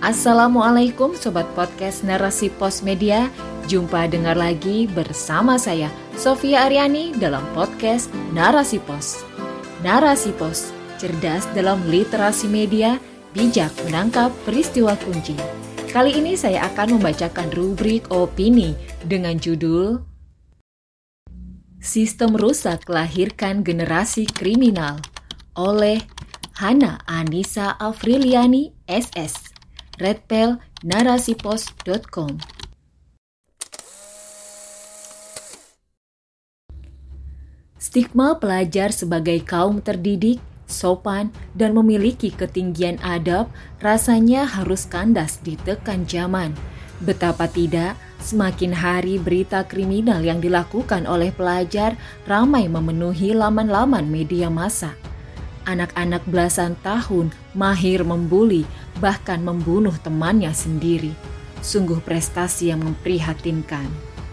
Assalamualaikum Sobat Podcast Narasi Pos Media. Jumpa dengar lagi bersama saya Sofia Aryani dalam podcast Narasi Pos. Narasi Pos, cerdas dalam literasi media, bijak menangkap peristiwa kunci. Kali ini saya akan membacakan rubrik opini dengan judul Sistem Rusak Lahirkan Generasi Kriminal oleh Hana Anissa Afriliani SS. Redpel narasipos.com. Stigma pelajar sebagai kaum terdidik, sopan, dan memiliki ketinggian adab rasanya harus kandas ditekan zaman. Betapa tidak, semakin hari berita kriminal yang dilakukan oleh pelajar ramai memenuhi laman-laman media massa. Anak-anak belasan tahun mahir membuli, bahkan membunuh temannya sendiri. Sungguh prestasi yang memprihatinkan.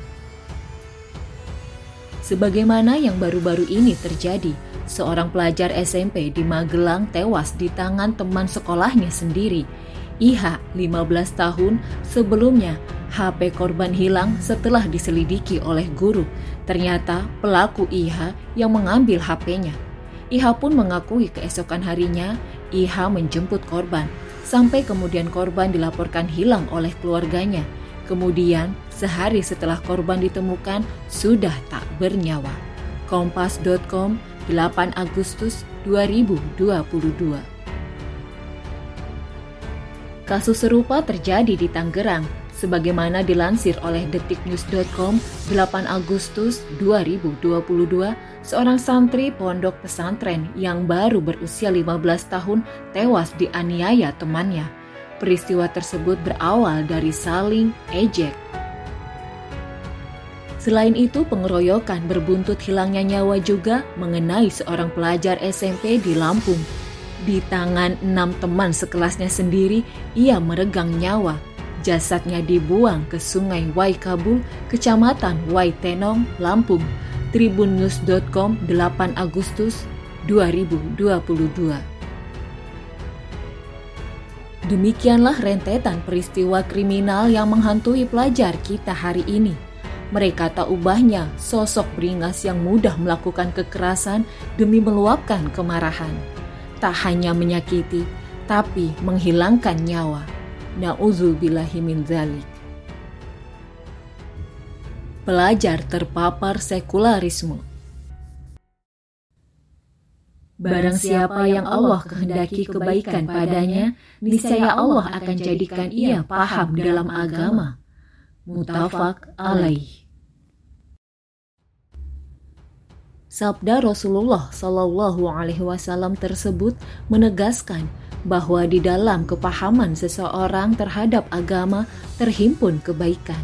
Sebagaimana yang baru-baru ini terjadi, seorang pelajar SMP di Magelang tewas di tangan teman sekolahnya sendiri. IH, 15 tahun, sebelumnya HP korban hilang setelah diselidiki oleh guru. Ternyata pelaku IH yang mengambil HP-nya. IH pun mengakui keesokan harinya IH menjemput korban, sampai kemudian korban dilaporkan hilang oleh keluarganya. Kemudian, sehari setelah korban ditemukan, sudah tak bernyawa. Kompas.com, 8 Agustus 2022. Kasus serupa terjadi di Tangerang, sebagaimana dilansir oleh detiknews.com 8 Agustus 2022, seorang santri pondok pesantren yang baru berusia 15 tahun tewas dianiaya temannya. Peristiwa tersebut berawal dari saling ejek. Selain itu, pengeroyokan berbuntut hilangnya nyawa juga mengenai seorang pelajar SMP di Lampung. Di tangan 6 teman sekelasnya sendiri, ia meregang nyawa. Jasadnya dibuang ke Sungai Waikabul, Kecamatan Waitenong, Lampung. Tribunnews.com 8 Agustus 2022. Demikianlah rentetan peristiwa kriminal yang menghantui pelajar kita hari ini. Mereka tak ubahnya sosok beringas yang mudah melakukan kekerasan demi meluapkan kemarahan. Tak hanya menyakiti, tapi menghilangkan nyawa. Na'udzubillahi min dzalik. Pelajar terpapar sekularisme. Barang siapa yang Allah kehendaki kebaikan padanya, niscaya Allah akan jadikan ia paham dalam agama. Muttafaq alaih. Sabda Rasulullah Shallallahu Alaihi Wasallam tersebut menegaskan bahwa di dalam kepahaman seseorang terhadap agama terhimpun kebaikan.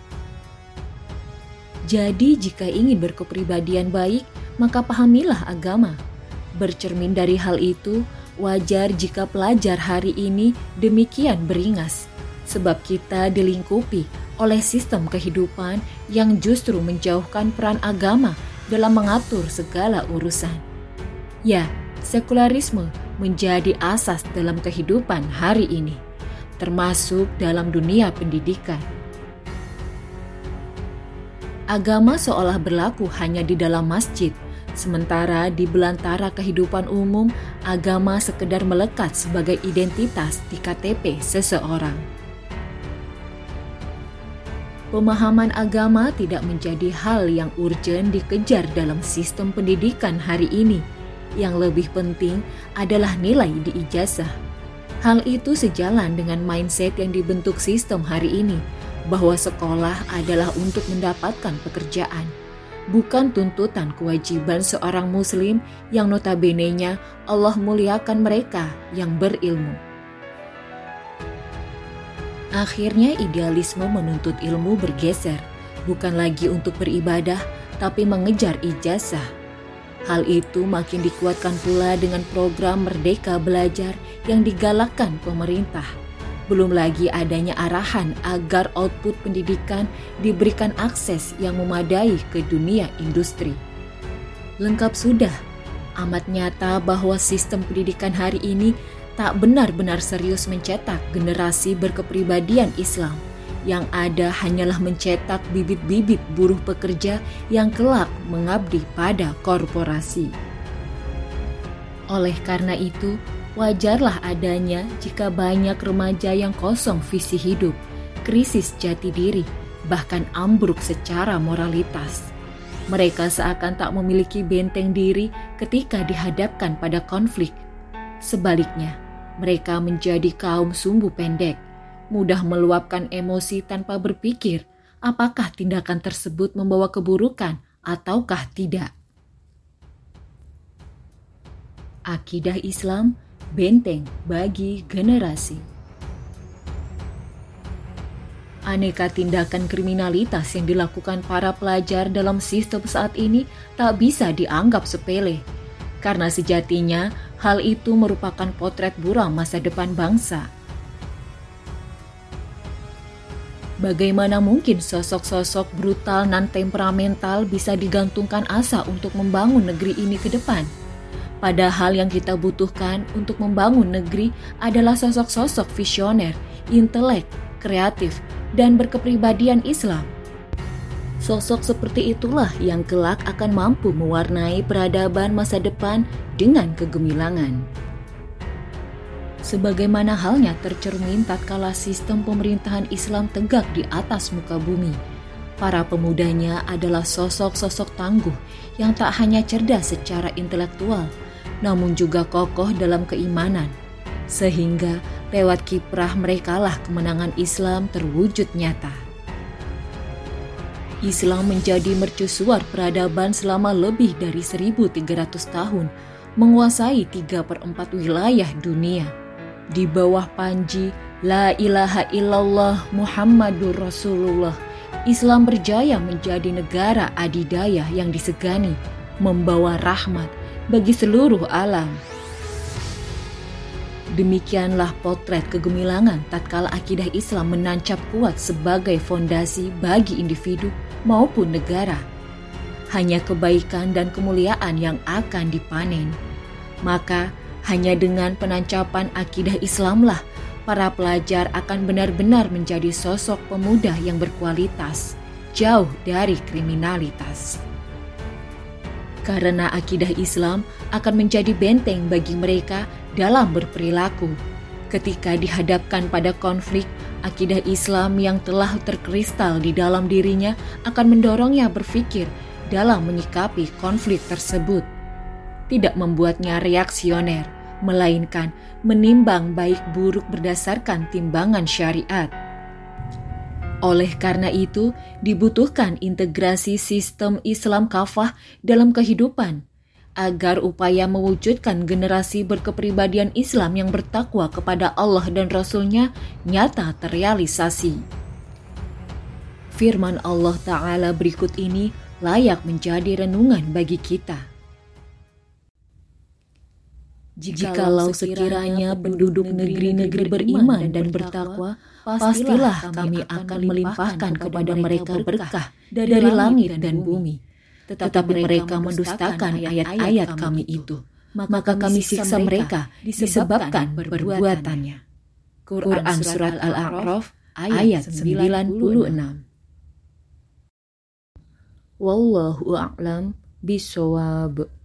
Jadi jika ingin berkepribadian baik, maka pahamilah agama. Bercermin dari hal itu, wajar jika pelajar hari ini demikian beringas, sebab kita dilingkupi oleh sistem kehidupan yang justru menjauhkan peran agama dalam mengatur segala urusan. Ya, sekularisme menjadi asas dalam kehidupan hari ini, termasuk dalam dunia pendidikan. Agama seolah berlaku hanya di dalam masjid, sementara di belantara kehidupan umum, agama sekedar melekat sebagai identitas di KTP seseorang. Pemahaman agama tidak menjadi hal yang urgen dikejar dalam sistem pendidikan hari ini. Yang lebih penting adalah nilai di ijazah. Hal itu sejalan dengan mindset yang dibentuk sistem hari ini, bahwa sekolah adalah untuk mendapatkan pekerjaan, bukan tuntutan kewajiban seorang muslim yang notabene-nya Allah muliakan mereka yang berilmu. Akhirnya idealisme menuntut ilmu bergeser, bukan lagi untuk beribadah, tapi mengejar ijazah. Hal itu makin dikuatkan pula dengan program Merdeka Belajar yang digalakkan pemerintah. Belum lagi adanya arahan agar output pendidikan diberikan akses yang memadai ke dunia industri. Lengkap sudah, amat nyata bahwa sistem pendidikan hari ini tak benar-benar serius mencetak generasi berkepribadian Islam. Yang ada hanyalah mencetak bibit-bibit buruh pekerja yang kelak mengabdi pada korporasi. Oleh karena itu, wajarlah adanya jika banyak remaja yang kosong visi hidup, krisis jati diri, bahkan ambruk secara moralitas. Mereka seakan tak memiliki benteng diri ketika dihadapkan pada konflik. Sebaliknya, mereka menjadi kaum sumbu pendek, mudah meluapkan emosi tanpa berpikir apakah tindakan tersebut membawa keburukan ataukah tidak. Akidah Islam, benteng bagi generasi. Aneka tindakan kriminalitas yang dilakukan para pelajar dalam sistem saat ini tak bisa dianggap sepele, karena sejatinya hal itu merupakan potret buram masa depan bangsa. Bagaimana mungkin sosok-sosok brutal dan temperamental bisa digantungkan asa untuk membangun negeri ini ke depan? Padahal yang kita butuhkan untuk membangun negeri adalah sosok-sosok visioner, intelek, kreatif, dan berkepribadian Islam. Sosok seperti itulah yang kelak akan mampu mewarnai peradaban masa depan dengan kegemilangan. Sebagaimana halnya tercermin tatkala sistem pemerintahan Islam tegak di atas muka bumi, para pemudanya adalah sosok-sosok tangguh yang tak hanya cerdas secara intelektual, namun juga kokoh dalam keimanan, sehingga lewat kiprah merekalah kemenangan Islam terwujud nyata. Islam menjadi mercusuar peradaban selama lebih dari 1.300 tahun, menguasai 3/4 wilayah dunia. Di bawah panji La ilaha illallah Muhammadur Rasulullah, Islam berjaya menjadi negara adidaya yang disegani, membawa rahmat bagi seluruh alam. Demikianlah potret kegemilangan tatkala akidah Islam menancap kuat sebagai fondasi bagi individu maupun negara. Hanya kebaikan dan kemuliaan yang akan dipanen. Maka hanya dengan penancapan akidah Islamlah para pelajar akan benar-benar menjadi sosok pemuda yang berkualitas, jauh dari kriminalitas. Karena akidah Islam akan menjadi benteng bagi mereka dalam berperilaku. Ketika dihadapkan pada konflik, akidah Islam yang telah terkristal di dalam dirinya akan mendorongnya berpikir dalam menyikapi konflik tersebut. Tidak membuatnya reaksioner, melainkan menimbang baik buruk berdasarkan timbangan syariat. Oleh karena itu, dibutuhkan integrasi sistem Islam kafah dalam kehidupan, agar upaya mewujudkan generasi berkepribadian Islam yang bertakwa kepada Allah dan Rasul-Nya nyata terrealisasi. Firman Allah Ta'ala berikut ini layak menjadi renungan bagi kita. Jikalau sekiranya penduduk negeri-negeri beriman dan bertakwa, pastilah kami akan melimpahkan kepada mereka berkah dari langit dan bumi. Tetapi mereka mendustakan ayat-ayat kami itu, maka kami siksa mereka disebabkan perbuatannya. Quran Surat Al-A'raf ayat 96. Wallahu a'lam bishawab.